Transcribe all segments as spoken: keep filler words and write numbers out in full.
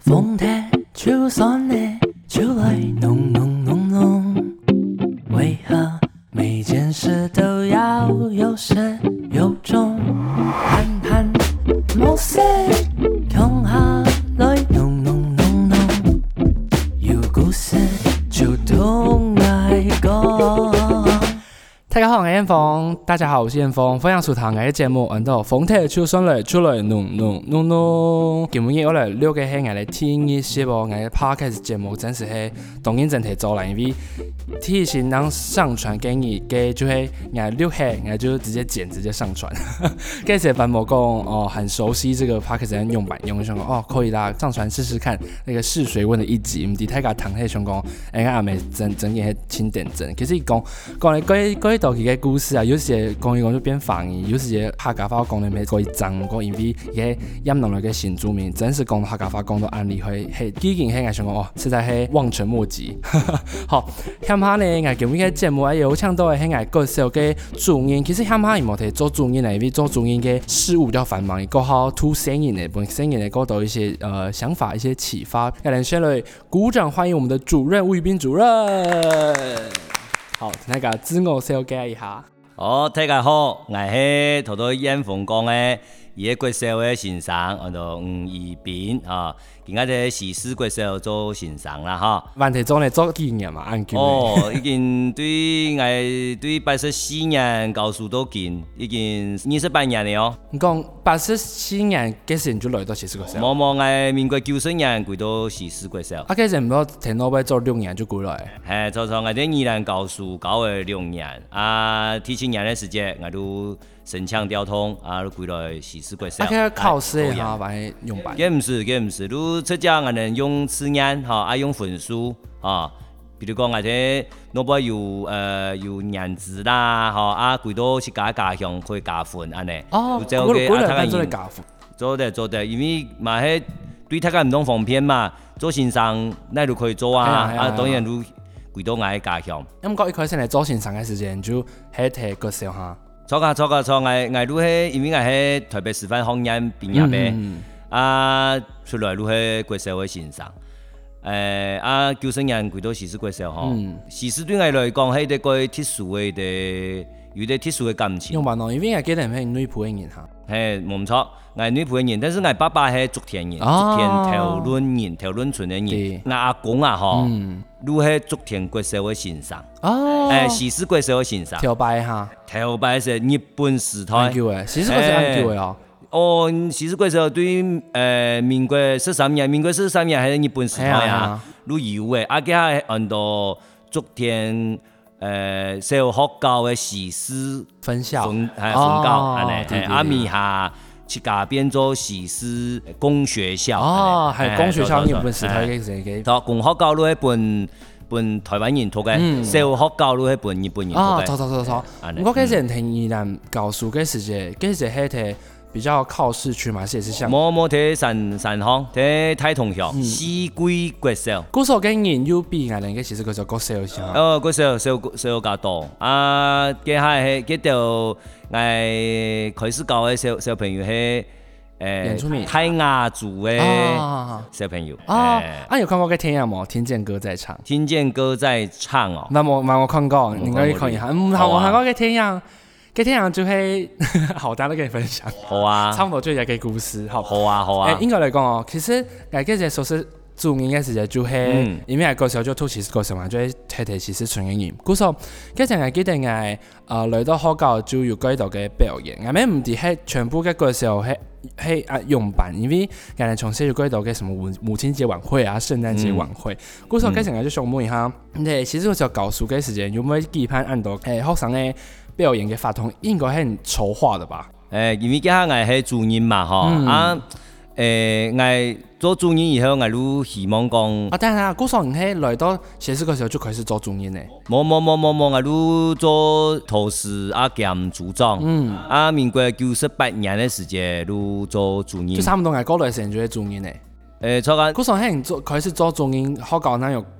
風踢超爽呢，超來濃濃濃濃。為何每件事都要有始有終？閒閒無事，講下來濃濃濃濃。有故事就同來講。大家好，我係彥峰。大家好，我是彥峰。歡迎收聽我嘅節目，按到風踢超爽來，出來濃濃濃濃。今日我來聊嘅係我哋聽一些我嘅 podcast 節目，真是係當然真係做啦，因為提前當上傳給你嘅就係我聊係，我就直接剪直接上傳。跟住班冇講哦，很熟悉這個 podcast 嘅用版用，想講哦可以啦，上傳試試看。那個試水溫的一集，唔知大家聽係想講，誒我阿妹整整嘢係清點整，其實講講嚟嗰嗰道嘅故事啊，有時講一講就變方言，有時客家話講嚟咩嗰一章嗰因為嘅音濃嚟嘅新住民，真是講到客家話講到案例係係幾件係我想講哦，實在係望塵莫及。好，啱下呢，我今日嘅節目啊有搶到係我個小嘅主音，其實啱下伊冇提做主音嚟，因為做主音嘅事務比較繁忙，伊講好吐聲音嘅，本聲音嘅講到一些呃想法、一些啟發。我哋先來鼓掌歡迎我們的主任吳宇彬主任。好，大家自我介紹一下。 好，大家好，我係頭頭彥峰講嘅，伊個國小嘅先生，我叫吳宇彬啊。今日喺西施國小做先生啦，哈。 問題做嚟做幾年嘛？按叫。 哦，已經對我對八十四年教書都見，已經二十八年了哦。 你講八十四年幾時就來到西施國小？ 冇冇，我民國九十年歸到西施國小。 啊，幾時唔好聽到要做六年就過來？ 係，就從我哋二年教書教咗六年，啊，提前年嘅時間我都申請調通，啊，都歸來西施國小。 啊，佢考試嚇，還係用版？ 佢唔是，佢唔是，都出家我哋用字眼嚇，啊用分數啊，比如講我哋攞波有誒有年資啦，嚇啊歸到去家家鄉可以加分安尼。 哦，我我嚟做嚟加分。 做得做得，因為嘛係對大家唔同方便嘛，做先生那都可以做啊，啊當然都歸到我嘅家鄉。 咁講一開始嚟做先生嘅時間就喺睇國小嚇。 錯噶錯噶錯，我我都係因為我係台北師範學院畢業嘅，嗯、啊出來都係國小嘅先生，誒、呃、啊九十年歸到西施國小嗬，嗯、西施對我來講係一個特殊嘅嘅，有啲特殊嘅感情。 用辦咯，因為我記得係女僕嘅人嚇。 係冇錯，我係女僕嘅人，但是我爸爸係竹田人，竹、哦、田頭崙人，頭崙村嘅人。我阿公啊嗬，嗯、都係竹田國小嘅先生。哦，誒西施國小嘅先生。頭擺嚇，頭擺係日本時代。叫嘅，西施國小叫嘅哦。哦，西施國小對誒、呃、民國十三年，民國十三年係日本時代啊，都有嘅。阿家係按照竹田。誒，小學校嘅西施分校， 分係分校，安尼，阿米下去改變做西施公學校。 哦，係公學校日本時代嘅時嘅。 就公學校都係本本台灣人讀嘅，小學校都係本日本人讀嘅。 哦，錯錯錯錯。我嗰陣聽宜蘭教書嘅時節，嗰陣係睇比較靠市區嘛，是也是像。 冇冇睇山山鄉，睇太同鄉，西歸國小。 嗰時候嘅人有比我哋嘅西施國小國小先。 哦，國小小小較多。啊，嘅係嘅條我開始教嘅小小朋友係誒泰雅族嘅小朋友。 啊，啊有看過嘅天陽冇？聽見歌在唱。 聽見歌在唱哦。 那冇冇我看過，應該可以嚇。唔係我看過嘅天陽。嘅聽人就係好大都跟你分享， 好啊， 差唔多就係一個故事，好， 好啊，好啊。 誒，應該嚟講哦，其實誒嗰隻所謂著名嘅時間就係，因為係嗰時候就吐西施國小嘛，就係睇睇西施村嘅人。嗰時候嗰陣係記得係誒來到學校就有嗰度嘅表演，係咪唔係係全部嘅嗰時候係係啊用版，因為人哋從小有嗰度嘅什麼母親節晚會啊、聖誕節晚會，嗰時候嗰陣係就想問一下，誒，其實嗰時候教書嘅時間有冇期盼按到誒學生嘅表演嘅法通應該係籌劃的吧？ 誒、呃，因為家下我係主任嘛，嗬、嗯，啊，誒、呃，我做主任以後，我都希望講， 啊，但係嗰時候你係來到西施國小就開始做主任咧？ 冇冇冇冇冇，我都做導師啊兼組長，嗯，啊，民國九十八年嘅時間都做主任， 就差唔多係嗰類時間就係主任咧。 誒，錯噶， 嗰時候係做開始做主任，學校那有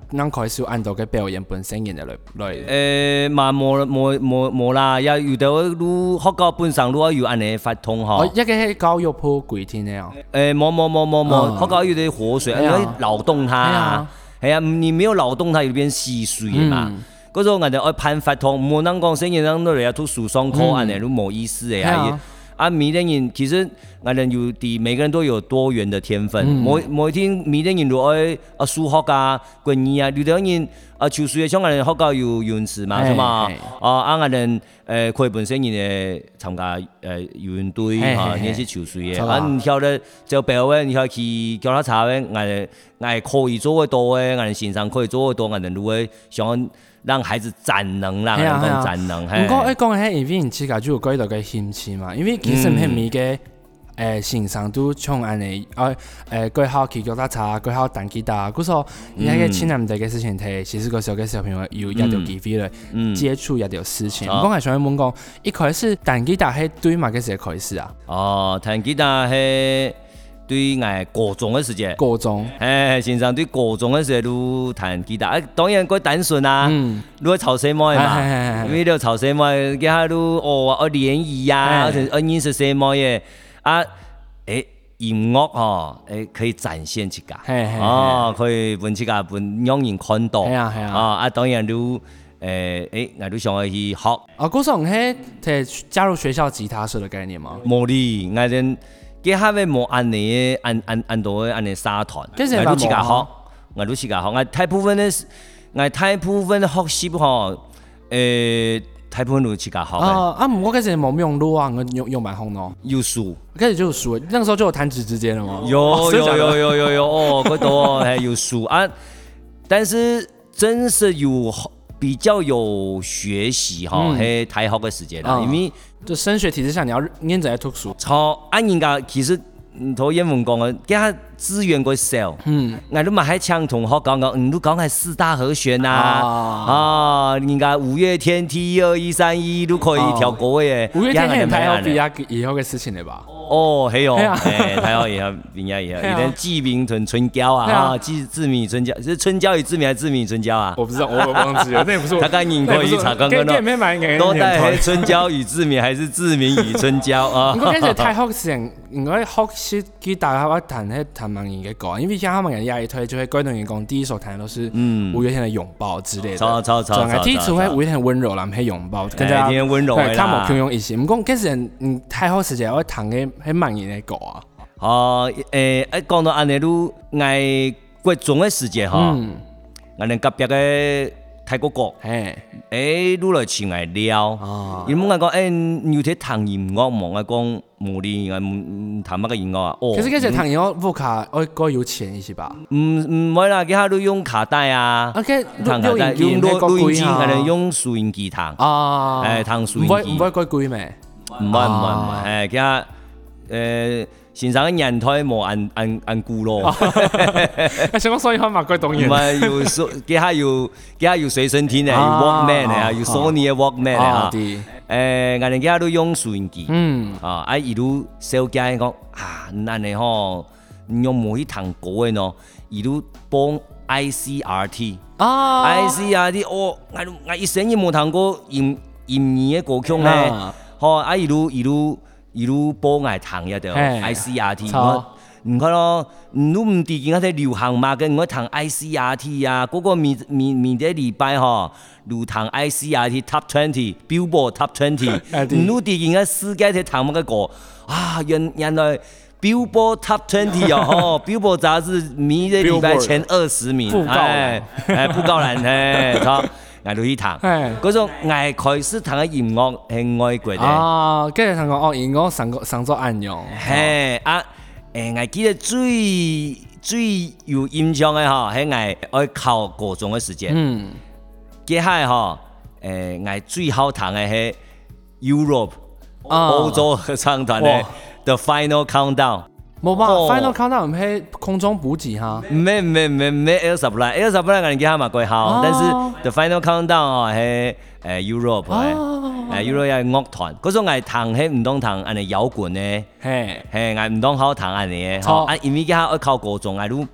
咱开始按照个表演本身演的来来。 诶，嘛无无无无啦，也有得愈学校本身愈有安尼发通吼。 哦，一个系教育部规定的哦。 诶，冇冇冇冇冇，学校有啲活水，因为劳动它啊。系啊，你没有劳动它，有变稀碎嘛。嗰种人哋爱判发通，冇能讲生意人都嚟啊，读书上课安尼都冇意思嘅啊。啊，迷恋人其实俺人有啲，每个人都有多元的天分。某某一天迷恋人如爱啊数学啊、国语啊，有啲人啊球水嘅，像俺人学校有游泳池嘛，是嘛？啊，啊俺人诶可以本身人誒參加誒游泳隊嚇，呢啲球水嘅。啊，唔曉得就白話，唔曉去腳踏車嘅，俺俺可以做得多嘅，俺線上可以做得多，俺人如果想讓孩子展能啦，讓講展能。 唔過，誒講起因為人自家就有嗰度嘅興趣嘛，因為其實唔係每個誒線上都像安尼，誒誒佢考騎腳踏車，佢考彈吉他，嗰時候而家嘅千難嘅事情係，其實嗰時候嘅小朋友有一條機會來接觸一條事情。我係想問講，一開始彈吉他係對嘛嘅時候開始啊？ 哦，彈吉他係。對我高中嘅時節， 高中， 誒，線上對高中嘅時候都彈吉他，當然佢單純啊，如果潮細妹嘛，因為你潮細妹，佢喺度哦，我聯誼啊，我認識細妹嘅，啊，誒，音樂嗬，誒，可以展現自家，哦，可以本自家本讓人看到，啊，啊，當然都，誒，誒，我都想去學。 啊，嗰時候係係加入學校吉他社嘅概念嗎？ 冇哩，我哋。佢下面冇按你按按按到按你社團，我都自家學，我都自家學。我大部分嘅，我大部分學習嗬，誒，大部分都自家學。 啊啊！唔過嗰時冇用錄啊，我用用蠻好咯。 有書， 嗰時就有書，那個時候就有彈指之間了嘛。 有有有有有有哦，嗰度係有書啊，但是真是有比較有學習哈，係大學嘅時間啦，因為。 就升學體制下，你要認真嚟讀書。 錯，按人家其實頭先文講嘅，佢資源個少，嗯，我都咪喺搶同學講講，嗯，都講係四大和弦啊，啊，人家五月天 T 二一三一都可以跳歌嘅， 五月天係太好比啊以後嘅事情嚟吧？ 哦，係哦，誒，太好以後邊呀以後，有啲志明同春嬌啊，志志明春嬌，是春嬌與志明還是志明春嬌啊？ 我不知道，我忘記了，那也不是我。 他剛應過一場，剛剛咯，都帶係春嬌與志明，還是志明與春嬌啊？ 唔過嗰陣太學時，應該學識幾大下彈係彈盲人嘅歌，因為像他們人壓一推，就會廣東人講第一首彈的都是五月天的擁抱之類的。 超超超超！ 第一次係五月天溫柔啦，唔係擁抱， 更加溫柔嘅啦。 他冇強用一些，唔過嗰陣嗯太學時就我彈嘅係盲人嘅歌啊。 哦，誒，一講到安尼都嗌國中嘅時節嗬，我哋隔壁嘅泰國歌，誒，都來唱嚟撩。原本我講誒，要睇彈音樂冇，我講冇哩，我唔彈乜嘅音樂啊。哦， 其實嗰隻彈音樂副卡我該有錢一些吧？ 唔唔會啦，佢下都用卡帶啊， 彈卡帶用錄錄音機，我哋用收音機彈。哦，誒，彈收音機。唔會唔會貴貴咩？ 唔會唔會唔會，誒，佢下誒。線上嘅人台冇按按按鼓咯， 想講所以可以買貴當然。 唔係要佢下要佢下要隨身聽咧，要 Walkman 咧，要 Sony 嘅 Walkman 啊。誒，我哋佢下都用收音機，嗯，啊，啊一路小姐講啊，咱哋嗬用冇去彈歌嘅喏，一路幫 I C R T， 啊 ，I C R T， 哦，我我一生也冇彈過音音樂嘅歌曲咧，嗬，啊一路一路。一路播我彈一條 I C R T， 我唔看咯，唔都唔掂見嗰啲流行嘛嘅，我彈 I C R T 啊，嗰個面面面啲禮拜嗬，路彈 I C R T Top Twenty，Billboard Top Twenty， 唔都掂見嗰世界啲彈乜嘅歌啊，原原來 Billboard Top Twenty 哦，嗬，Billboard 雜誌每個禮拜前二十名，係係布告欄係，錯。我都去彈，嗰種我開始彈嘅音樂係外國嘅。 哦，跟住彈講哦，音樂上個上咗暗用。 係啊，誒，我記得最最有印象嘅嗬，係我我考高中嘅時間。嗯。接下來嗬，誒，我最好彈嘅係 Europe 歐洲合唱團嘅 The Final Countdown。 冇吧 ？Final Countdown 唔係空中補給哈？ 唔係唔係唔係唔係 Air Supply，Air Supply 我哋叫嘛貴校，但是 The Final Countdown 哦係誒 Europe 嘅，誒 Europe 係樂團，嗰種係彈係唔當彈，人哋搖滾嘅，係係係唔當好彈人哋嘅，嚇，因為佢我考高中，我都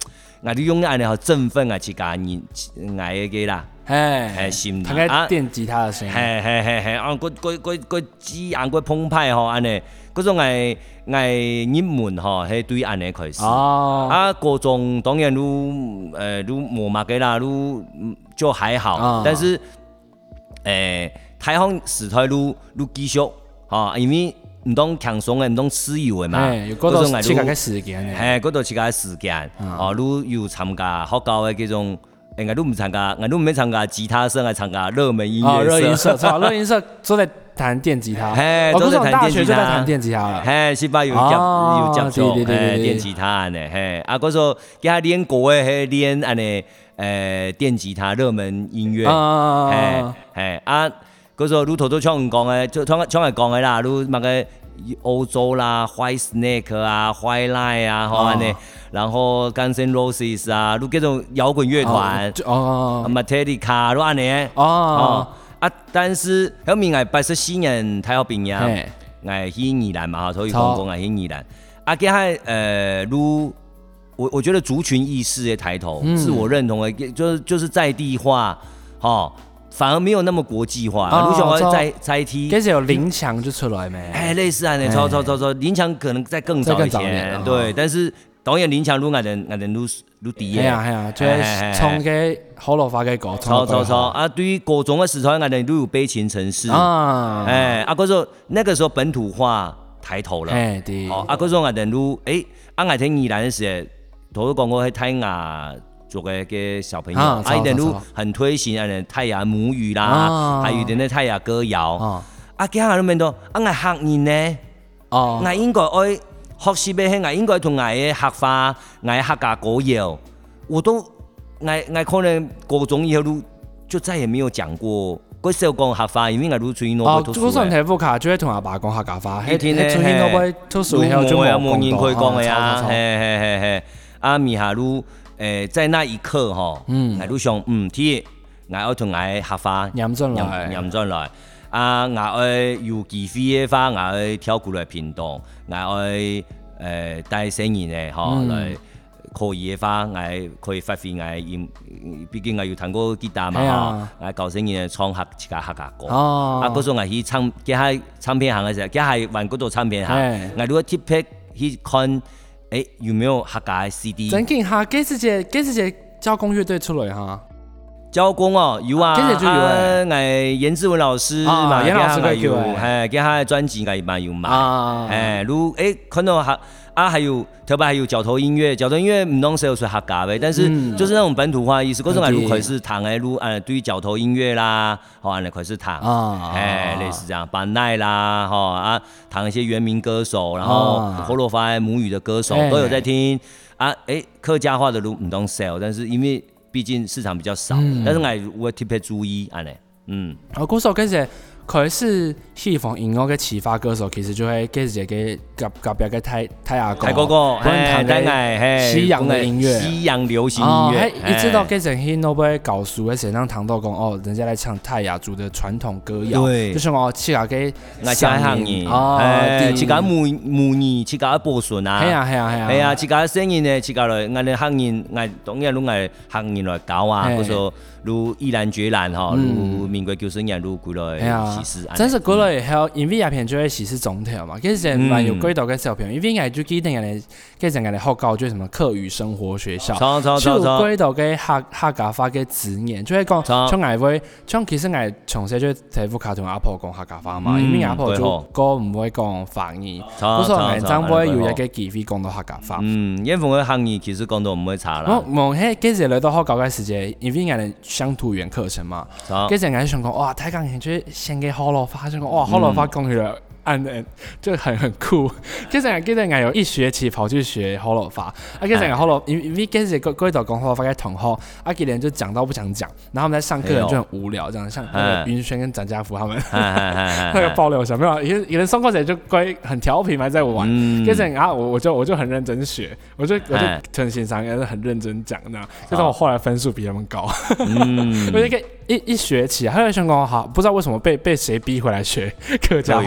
我就用安尼好振奋啊，去甲人爱个个啦。 哎， 心理他该电吉他的声音， 嘿嘿嘿嘿，啊，嗰嗰嗰嗰激昂嗰澎湃吼，安尼，嗰種係係入門吼，係對安尼開始。哦。啊，高中當然都呃都冇乜嘅啦，都就還好，哦、但是誒、呃，太行時代都都繼續，嚇，因為唔當輕鬆嘅，唔當自由嘅嘛。 係，嗰度切開嘅時間。 係，嗰度切開時間，哦，都要參加學校嘅嗰種。哎，我都唔參加，我都唔咩參加吉他社，係參加熱門音樂社。 哦，熱音社，錯，熱音社都在彈電吉他。嘿， 都在彈電吉他。 大學就在彈電吉他了。 嘿，是吧？有接有接觸，嘿，電吉他安尼，嘿，啊，嗰時候佢係練過嘅，係練安尼，誒，電吉他熱門音樂。嘿，嘿，啊，嗰時候如頭都唱唔講嘅，就唱唱係講嘅啦，如乜嘅。歐洲啦 ，White Snake 啊 ，White Lie 啊，吼安尼，然後 Guns N' Roses 啊，都叫做搖滾樂團，哦 ，Metallica 都安尼，哦，啊，但是後面係八十四年大學畢業，係去宜蘭嘛，所以講講係去宜蘭，啊，佢係誒，如我我覺得族群意識嘅抬頭，自我認同嘅，就是就是在地化，吼。反而沒有那麼國際化，如果我再再提， 其實有林強就出來沒？ 哎，類似啊，那超超超超，林強可能再更早一點，對，但是當然林強如我哋我哋如如第一， 係啊係啊，即係從嘅好樂發嘅歌， 超超超啊！對於高中嘅時候，我哋都有悲情城市啊，哎啊，嗰時候那個時候本土化抬頭了，哎對，啊嗰時候我哋如誒，啊我聽宜蘭嘅時候，頭都講過喺泰雅。做嘅嘅小朋友，啊，一點都很推行啊，泰雅母語啦，啊、還有一點嘅泰雅歌謠。啊，佢喺度面度，啊，我學人呢，哦、我應該愛學習嘅係，我應該同我嘅客話，我嘅客家歌謠，我都，我我可能高中以後都就再也沒有講過。嗰時候講客話，因為我都出去攞讀書。哦，嗰陣睇副卡就會同阿爸講客家話，喺喺出去攞杯讀書以後就冇人可以講嘅呀，係係係係，啊，咪下路。誒，在那一刻吼，嗯，我都想，嗯，啲我要同我客話飲進來，飲進來，啊，我要有機會嘅話，我要跳過來屏東，我要誒帶新人嘅吼來可以嘅話，我可以發揮我音，畢竟我有彈過吉他嘛，吼，我教新人唱客自家客家歌，啊，嗰時候我去唱，佢喺唱片行嘅時候，佢係揾嗰度唱片行，我如果貼片去看。哎，有沒有客家 C D？ 真勁哈！幾時隻幾時隻交工樂隊出來哈？ 交工哦，有啊，幾時就有誒，誒，顏志文老師嘛，顏老師佢有，係，佢下專輯佢嘛有買，誒，如誒看到客啊，還有特別還有角頭音樂，角頭音樂唔當時有出客家嘅，但是就是那種本土化意思，嗰種係如開始彈誒，如誒對於角頭音樂啦，好啊，嚟開始彈，誒，類似這樣，班奈啦，哈啊，彈一些原民歌手，然後活絡發母語的歌手都有在聽，啊，誒，客家話的如唔當 sell，但是因為畢竟市場比較少，但是我我特別注意，安尼，嗯， 啊，嗰首其實佢是西方音樂嘅啟發歌手，其實就係幾時嘅夾夾別嘅泰泰雅歌， 泰國歌，係泰雅， 西洋嘅音樂， 西洋流行音樂， 一直到幾時去諾貝爾教書嘅時候，談到講哦，人家來唱泰雅族的傳統歌謠，對，就是我自家嘅鄉音，哦， 自家母母語，自家保存啊， 係啊係啊係啊， 係啊，自家聲音呢，自家來，我哋鄉音，我當然攏係鄉音來教啊，嗰時如毅然決然吼，如民國九十年如過來實施， 真是過來以後，因為鴉片就會實施總條嘛，其實蠻有軌道嘅小片，因為我就記得人哋，其實人哋學校就什麼客語生活學校，就有軌道嘅客客家話嘅字眼，就係講，像我會，像其實我從細就睇副卡同阿婆講客家話嘛，因為阿婆就個唔會講方言，嗰時候我長輩有一個機會講到客家話， 嗯，因為我鄉語其實講到唔會差啦。 我望喺幾時嚟到學校嘅時節，因為我哋鄉土語言課程嘛，跟住我想講哇，睇緊就先給好樂發，想講哇，好樂發講起來，嗯嗯，就很很酷。跟住我記得我有一學期跑去學好樂發，啊，跟住我好樂，因為跟住嗰嗰度講好樂發嘅同學，啊，幾年就講到不想講，然後我們在上課就很無聊，這樣像那個雲軒跟展家福他們，那個爆料小朋友，有有人上課時就乖很調皮嘛，在玩，跟住啊，我我就我就很認真學，我就我就很欣賞，也是很認真講，那樣，跟住我後來分數比他們高。我就一一一學期，還有想講哈，不知道為什麼被被誰逼回來學客家話，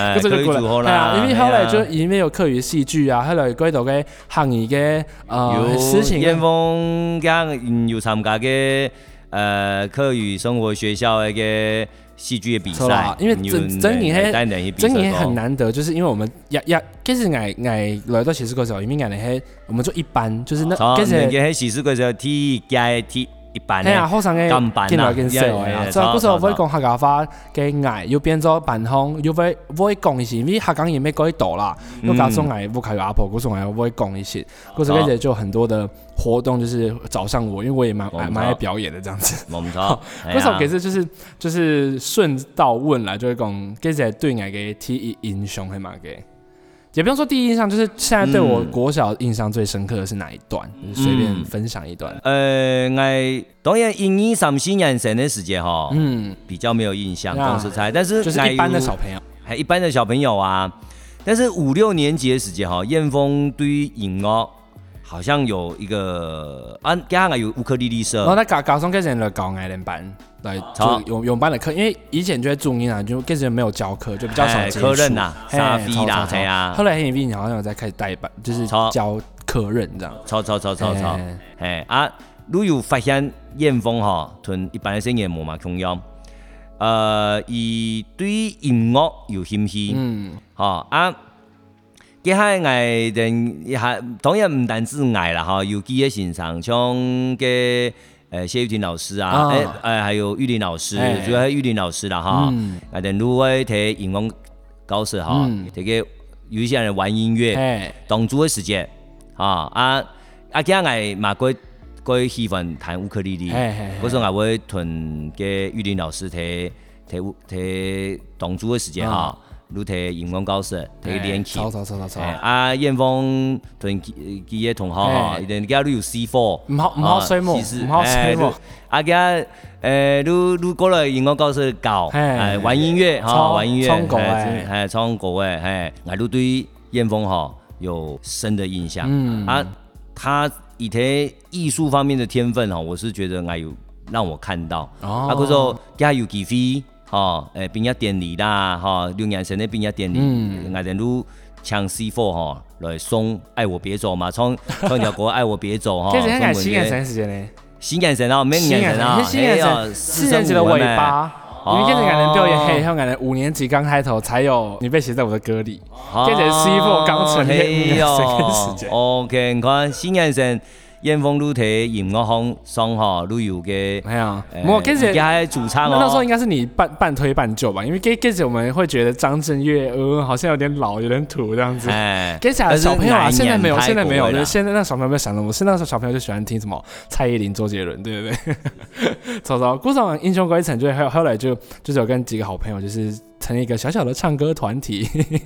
哎，可以组合啦。因为后来就因为有课余戏剧啊，后来嗰度嘅行業嘅呃事情。 燕峰講有參加嘅呃課餘生活學校嘅戲劇嘅比賽， 因為真真年係真年很難得，就是因為我們日日其實我我來到戲劇嗰時候，因為我哋係我們做一班，就是那其實喺戲劇嗰時候踢嘅踢。一般係啊，好上嘅見來見少嘅啦。所以嗰時候會講客家話嘅藝要變咗辦腔，要會會講一些，因為客家人沒改到啦。又加上藝不客家婆，嗰時候藝會講一些。嗰時嗰時就很多的活動，就是找上我，因為我也蠻蠻愛表演的這樣子。 冇錯。 嗰時候其實就是就是順道問啦，就會講嗰時對藝嘅第一印象係乜嘅？也不用說第一印象，就是現在對我國小印象最深刻的是哪一段？嗯、就是隨便分享一段。 呃，我當然一二三四年生的時間哈，嗯，比較沒有印象，公司猜，但是就是一般的小朋友， 還一般的小朋友啊。但是五六年級的時間哈，燕峰對於音樂好像有一個啊，加上有烏克麗麗社。 然後在高高中嗰陣就搞藝人班。來就有有班的課，因為以前就在中音啊，就開始沒有教課，就比較少接觸。 課任啊，沙飛啦，係啊。 後來黑影 V 好像有在開始帶班，就是教課任這樣。 錯錯錯錯錯，係啊！如有發現燕峰吼，同一般的聲音冇嘛同樣，呃，伊對音樂有興趣，嗯，吼啊，佢係藝人，係當然唔單止藝啦，吼，有幾個欣賞像嘅。呃，謝玉婷老師啊，哎、哦，呃，還有玉林老師，欸、主要係玉林老師啦，哈、嗯，啊，等如果睇音樂教室哈，這個有些人玩音樂，當主的時間，啊啊啊，今日我嘛過過喜歡彈烏克麗麗，嗰時候我會同嘅玉林老師睇睇睇當主的時間哈。如睇熒光教室，睇練琴， 錯錯錯錯錯。 啊，燕峰同佢嘅同學吼，人家都有 C 四， 唔好唔好衰冇，唔好衰冇。 啊，佢誒，如如過來熒光教室教，誒玩音樂哈，玩音樂， 唱歌誒， 係唱歌誒，係，我都對燕峰哈有深的印象。嗯，啊，他以睇藝術方面的天分哈，我是覺得我有讓我看到。哦。啊，嗰時候佢有機會。吼，誒畢業典禮啦，吼六年生的畢業典禮，我哋都唱 C 四吼來送《愛我別走》嘛，唱唱條歌《愛我別走》哈。 其實係新眼神時間咧， 新眼神啊，咩眼神啊？ 新眼神四年級的尾巴，因為其實我哋表演係向我哋五年級剛開頭才有你被寫在我的歌裡，其實 C 四剛成立五年時間。 OK，你看新眼神。燕峰都睇音樂行上哈都有嘅， 係啊，冇，其實還主唱哦。 那時候應該是你半半推半就吧，因為其實我們會覺得張震岳呃好像有點老，有點土這樣子。哎，接下來小朋友啊，現在沒有，現在沒有，現在那小朋友沒有想那麼，現在那時候小朋友就喜歡聽什麼蔡依林、周杰倫，對不對？曹操，故事英雄歸程就後後來就就是有跟幾個好朋友就是成立一個小小的唱歌團體。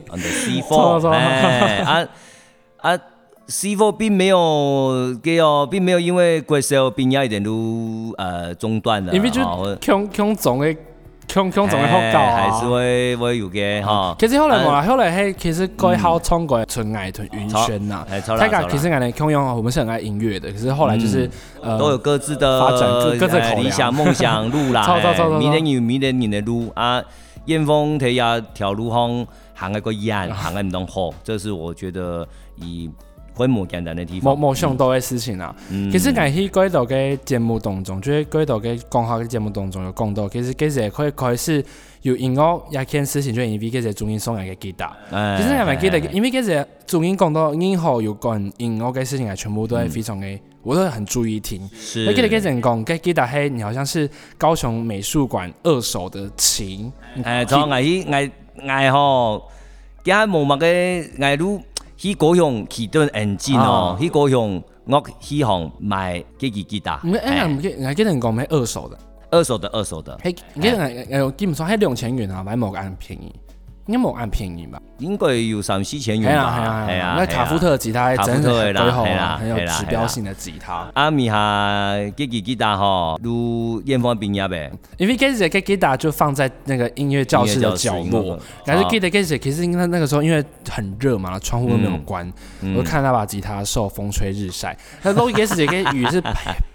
C 四，哎啊啊。C 四並沒有給哦，並沒有因為國小畢業一點都呃中斷了， 因為就強強總嘅強強總嘅學校啊， 還是會會有嘅哈。 其實後來冇啦，後來係其實改好唱過純愛同雲軒呐，大家其實我哋強用我們是很愛音樂的，可是後來就是呃都有各自的發展，各各自考量， 理想夢想路啦，迷人有迷人的路啊，燕峰睇下條路行行一個遠，行一唔同好，這是我覺得以。會冇簡單的地方， 冇冇想到嘅事情啊！嗯、其實我喺嗰度嘅節目當中，即係嗰度嘅講下嘅節目當中有講到，其實其實佢開始有音樂一件事情，就係因為其實中音送嚟嘅吉他。哎、其實我咪記得，因為其實中音講到任何有關音樂嘅事情，係全部都係非常嘅，嗯、我都很注意聽。 是。 我記得嗰陣講，嘅吉他係你好像是高雄美術館二手的琴。 誒、哎，就我喺我我吼，家冇乜嘅我都。去高雄去頓引進哦，去高雄我希望買幾支吉他。 唔，哎呀，唔記，我記得講買二手的， 二手的，二手的。 係，記得我基本上係兩千元啊，買冇咁便宜，應該冇咁便宜吧？ 應該有三四千元吧？係啊，係啊， 那卡夫特吉他真係最好啦， 很有指標性的吉他。 啊，咪下幾支吉他吼，如燕峰畢業嘅， 因為嗰時嘅吉他就放在那個音樂教室的角落，但是記得嗰時其實因為那個時候因為很熱嘛，窗戶都沒有關，我就看那把吉他受風吹日曬，那錄嗰時嘅雨是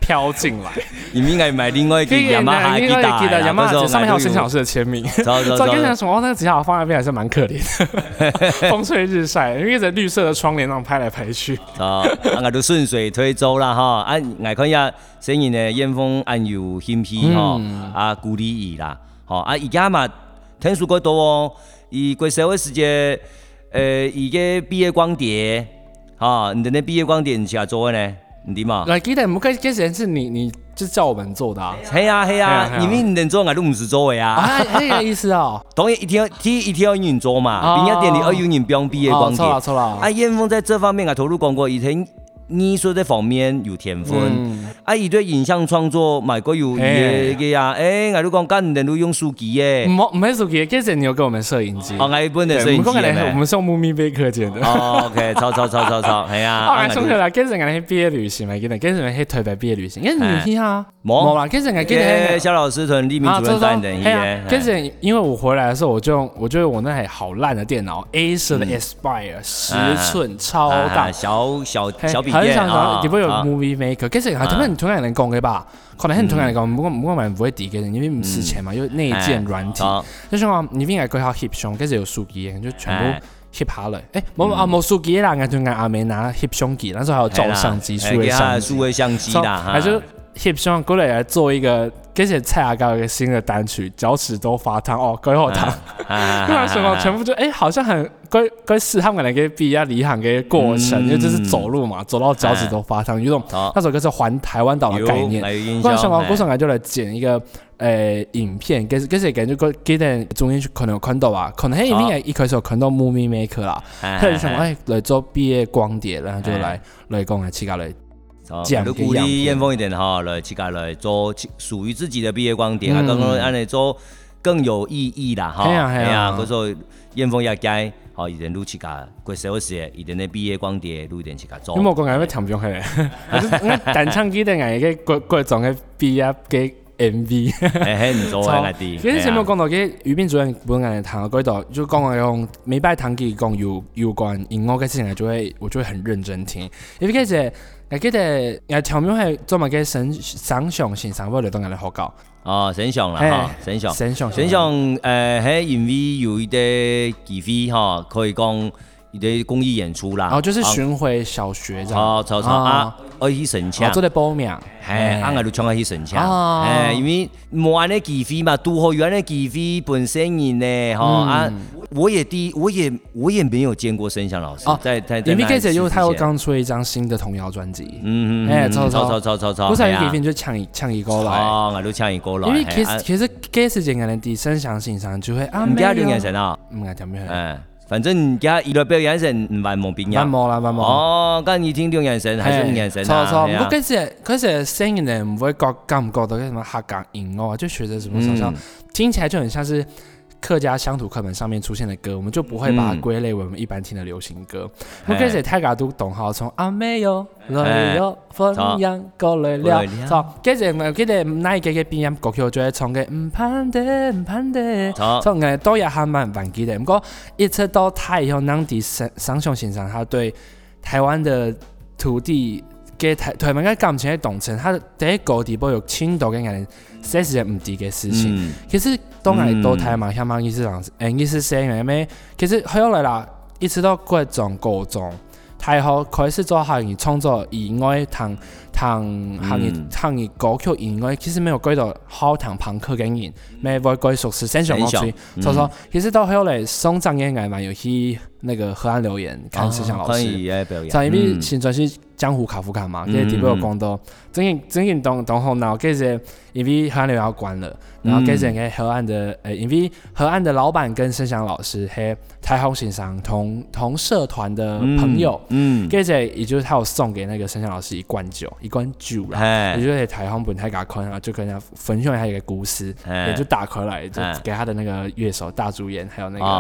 飘进来。 你们应该买另外一个雅马哈吉他， 雅马哈上面还有申翔老师的签名。 走走走， 跟人说哦，那个吉他放在那边还是蛮可怜的，风吹日晒，因为在绿色的窗帘上拍来拍去。 哦，啊，都顺水推舟啦哈。啊，我看一下声音呢，燕峰安有兴趣哈，啊，鼓励伊啦，吼啊，伊家嘛听说过多哦，伊过社会时节，呃，伊个毕业光碟，哈，你的那毕业光碟你是做的呢？你的嘛？ 来，记得我跟跟谁是你你。就叫我们做的啊， 嘿呀嘿呀，你们能做，我都不是做的啊。 啊，那个意思哦。 当然一天第一天要有人做嘛，并且店里要有人帮毕业光碟。 错了错了。 啊，燕峰在这方面啊，投入广告以前。艺术这方面有天分，嗯、啊，伊对影像创作买过有伊个呀，哎，我都讲干人都用手机耶， 唔唔係手機，其實你有給我們攝影機， 哦，我一般的攝影機， 我們是用 Movie Maker 剪的。 哦 ，OK， 抄抄抄抄抄，係啊。 啊，送佢啦，其實我哋去畢業旅行咪記得，其實我去台北畢業旅行，其實你去啊，冇啦，其實我記得蕭老師同李明主任帶人去嘅， 其實因為我回來的時候，我就我覺得我那台好爛的電腦 ，Acer 的 Aspire 十寸超大， 小小小筆電啊。 有 movie maker， 其實係點解同人哋講嘅吧？可能係同人哋講，唔好唔好買唔會抵嘅人，因為唔蝕錢嘛，因為內建軟體。就像話，你邊個佢考翕相，跟住有數機嘅，就全部翕下來。誒，冇啊冇數機啦，我就嗌阿妹拿翕相機，那時候還有照相機、數位相機、 數位相機啦， 還就翕相過來來做一個。跟住蔡阿高一個新的單曲，腳趾都發燙哦，鬼好燙。因為什麼全部就哎、欸，好像很跟跟試他們兩個比較離行嘅過程，嗯、因為這是走路嘛，走到腳趾都發燙，有種、哦、那首歌是環台灣島的概念。嗰陣我嗰陣我就來剪一個誒、呃、影片，跟跟住感覺嗰幾點中間可能有看到啊，可能喺裡面一開始有看到 Movie Maker 啦，佢就想哎來做畢業光碟，然後就來來講來起家來。 就鼓勵燕峰一點哈，來自家來做屬於自己的畢業光碟，啊，剛剛安尼做更有意義啦，哈，係啊，嗰時候燕峰也介，吼，一定錄自家過社會時，一定嘅畢業光碟錄一定自家做。 你冇講係咩聽唔上去？我單唱幾定係嘅各各種嘅畢業嘅 M V， 係唔做嘅啲。 其實前面講到嘅語編主任本人談嗰度，就講我用每擺堂記講有有關音樂嘅事情，就會我就會很認真聽，因為其實。我記得我條面係做埋嘅神神上先生，我哋都嗌你學教。 哦，神上啦，哈，神上， 神上， 神上，誒喺 M V 有一啲機會哈，可以講一啲公益演出啦。 哦，就是巡迴小學這樣。 哦，錯錯啊，我去神槍。 哦，做啲報名。 係，啱啱都唱去神槍。誒，因為冇安尼機會嘛，拄好有安尼機會本身人呢，哈啊。我也第我也我也沒有見過申翔老師，哦、在在在。因為其實因為他又剛出一張新的童謠專輯，嗯嗯，哎，超超超超超超，我才有幾篇就搶一搶一個來，哦，我都搶一個來。因為其實其實嗰時陣人哋申翔先生就會啊，唔記得兩眼神啊，唔記得點樣，哎，反正而家娛樂表演神唔萬無邊呀，萬無啦萬無。哦，咁你聽兩眼神還是兩眼神啊？錯錯，不過嗰時嗰時聲音呢唔會覺覺唔覺到什麼客家音樂，就學着什麼好像聽起來就很像是。客家鄉土課本上面出現的歌，我們就不會把它歸類為我們一般聽的流行歌。我跟住大家都懂好，從阿妹喲來喲分享過來了，錯。跟住我記得那一個嘅邊音歌曲，就係唱嘅唔盼的唔盼的，錯。我都也還蠻忘記的。不過一直到他以後，當地申申翔先生，他對台灣的土地嘅台台灣嘅感情嘅動情，他第一個地步有青島嘅人。這是件唔對嘅事情，嗯、其實當然到台嘛，香港意思上，誒意思係因為其實後來啦，一直到各種高中，太後開始做行業創作以外，同同行業行業歌曲以外，其實沒有改到好同朋克嘅人，沒會改屬是申翔樂隊，所以說其實到後來送張嘅藝嘛，有去那個河岸留言跟申翔老師，就因為現在是江湖卡夫卡嘛，跟住底部有講到，整件整件當當後腦，跟住因為河岸留言要關了，然後跟住嘅河岸的誒，因為河岸的老闆跟申翔老師係台紅先生同同社團的朋友，跟住也就是他有送給那個申翔老師一罐酒，一罐酒啦，也就是台紅本台給他看，然後就跟人家分享一下一個故事，也就打開來就給他的那個樂手大主演，還有那個。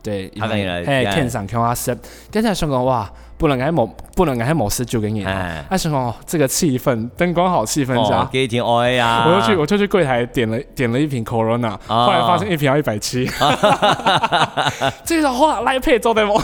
对，他跟来，嘿，看上看我摄，刚才想讲哇，不能挨某不能挨某十九个人，哎，想讲哦，这个气氛，灯光好，气氛佳， 给天爱呀， 我就去我就去柜台点了点了一瓶 Corona， 后来发现一瓶要一百七，这个话来配做对不？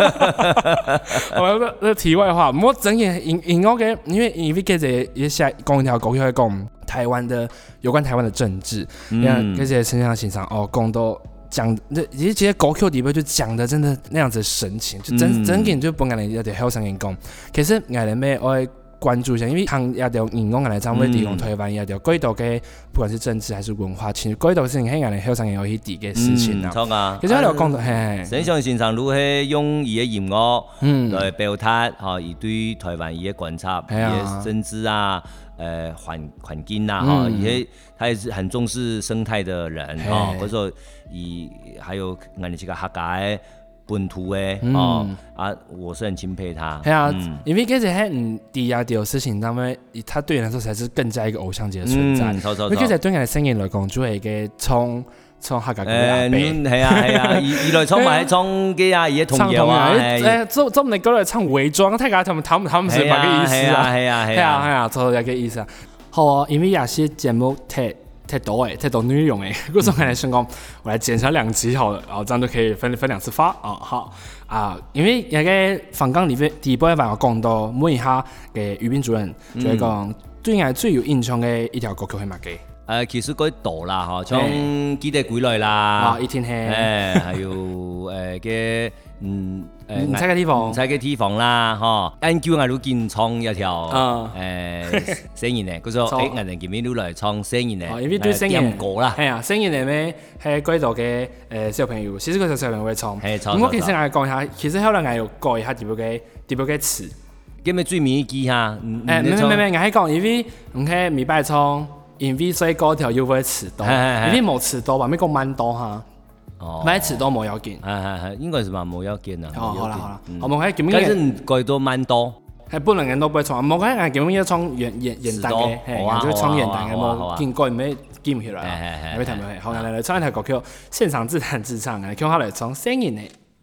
我那题外话，我整眼因因我嘅，因为因为记者也写讲一条狗去讲台湾的有关台湾的政治，你看这些陈翔欣赏哦，讲到。讲的，其实高 Q 底部就讲的真的那样子的神情，就真、嗯、真嘅就本來有啲好想人講。其實我哋咩我會關注一下，因為行有條銀行我哋爭會利用台灣有條軌道嘅，不管是政治還是文化，其實軌道事情係我哋好想人有去啲嘅事情啊。 錯啊！ 其實我哋講到係， 陳翔先生如係用伊嘅音樂來表達嚇，伊對台灣伊嘅觀察、伊嘅政治啊。呃，環環境呐，哈、嗯，也他也是很重視生態的人哈，或者說以還有俺哋這個客家本土誒，哦、嗯、啊，我是很欽佩他。係啊，嗯、 因為其實喺唔低下條事情，他們他對人來說才是更加一個偶像級的存在。 嗯， 因為其實對人嘅聲音來講，就係個從從客家嘅阿伯。 係啊係啊，伊伊來唱埋唱嘅啊，伊嘅童謠啊， 誒，做做唔嚟過來唱偽裝，睇下他們他們他們是乜嘅意思啊？ 係啊係啊係啊，做一個意思啊。好啊，因為有些節目太太多誒，太多內容誒，嗰種嚟想講，我來剪成兩集好了，然後這樣就可以分分兩次發哦。好啊，因為有個訪綱裏邊第一部分我講到，問一下嘅於斌主任，就係講對我最有印象嘅一條歌曲係乜嘅？ 誒，其實嗰多啦，嗬，像《記得歸來》啦， 啊，一天黑， 誒，還有誒嘅，嗯，誒， 唔使嘅地方， 唔使嘅地方啦，嗬，按叫我哋見唱一條，誒，聲音咧，佢說，誒，我哋見面都來唱聲音咧， 因為對聲音歌啦， 係啊，聲音咧咩係嗰度嘅誒小朋友，其實嗰時小朋友會唱， 係唱。 咁我其實我講下，其實可能我要改一下啲部嘅啲部嘅詞， 咁咪最尾記下，誒， 唔係唔係唔係，我係講因為唔係咪擺唱。因為所以嗰條又會遲到，因為冇遲到吧，咪講慢到嚇，咪遲到冇要緊， 係係係，應該是話冇要緊啊。 哦，好啦好啦，我冇喺見面。 但是改到慢到， 係本來人都不會唱，冇喺人見面要唱元元元旦嘅，係就唱元旦嘅冇見過咩記唔起來啊？係係係，好，我哋嚟唱一條歌曲，現場自彈自唱嘅，叫佢嚟唱聲音嘅。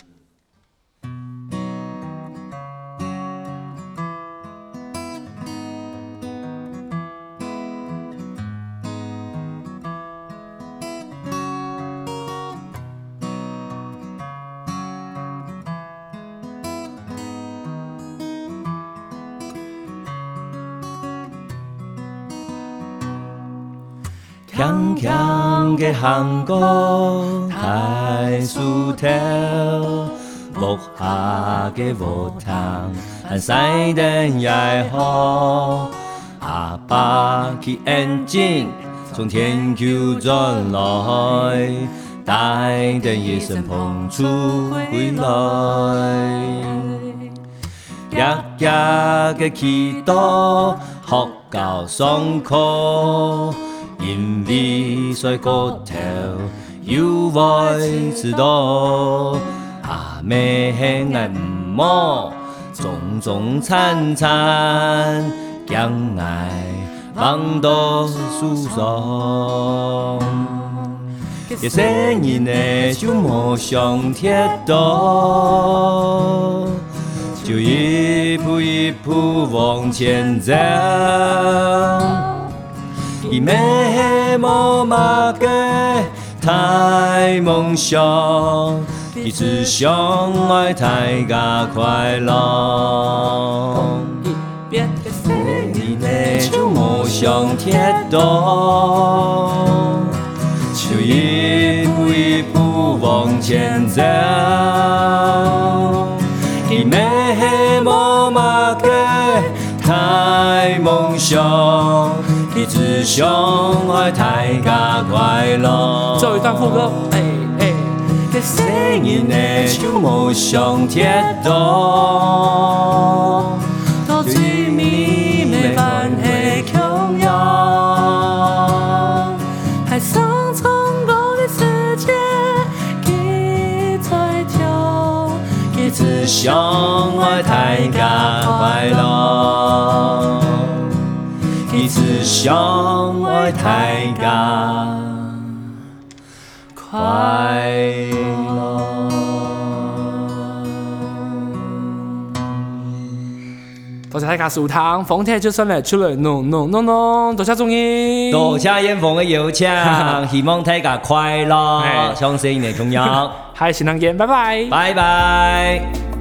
強強嘅行過太樹頭，木下嘅禾塘，和西燈也好，阿爸去眼睛從天橋轉來，帶燈夜深捧出回來，日日嘅祈禱學校上課。因為水個頭有位知道，阿妹係愛唔摸，種種慘慘，將愛放到樹上。一聲音呢就冇上鐵道，就一步一步往前走。伊咩冇馬嘅太夢想，伊只想愛大家快樂。你呢就冇上鐵道，就一步一步往前走。伊咩冇馬嘅太夢想。你只想愛大家快樂。 最後一段副歌，哎哎，嘅聲音呢就冇上鐵道，到最尾沒辦係強揚，海上衝過的世界，佢在跳，佢只想愛大家快樂。你只想愛大家快樂。 多謝大家收聽，風鐵就算嚟出嚟，弄弄弄弄，多謝中意， 多謝炎鳳嘅邀請，希望大家快樂，相信你嘅重要， 係，新年見，拜拜， 拜拜。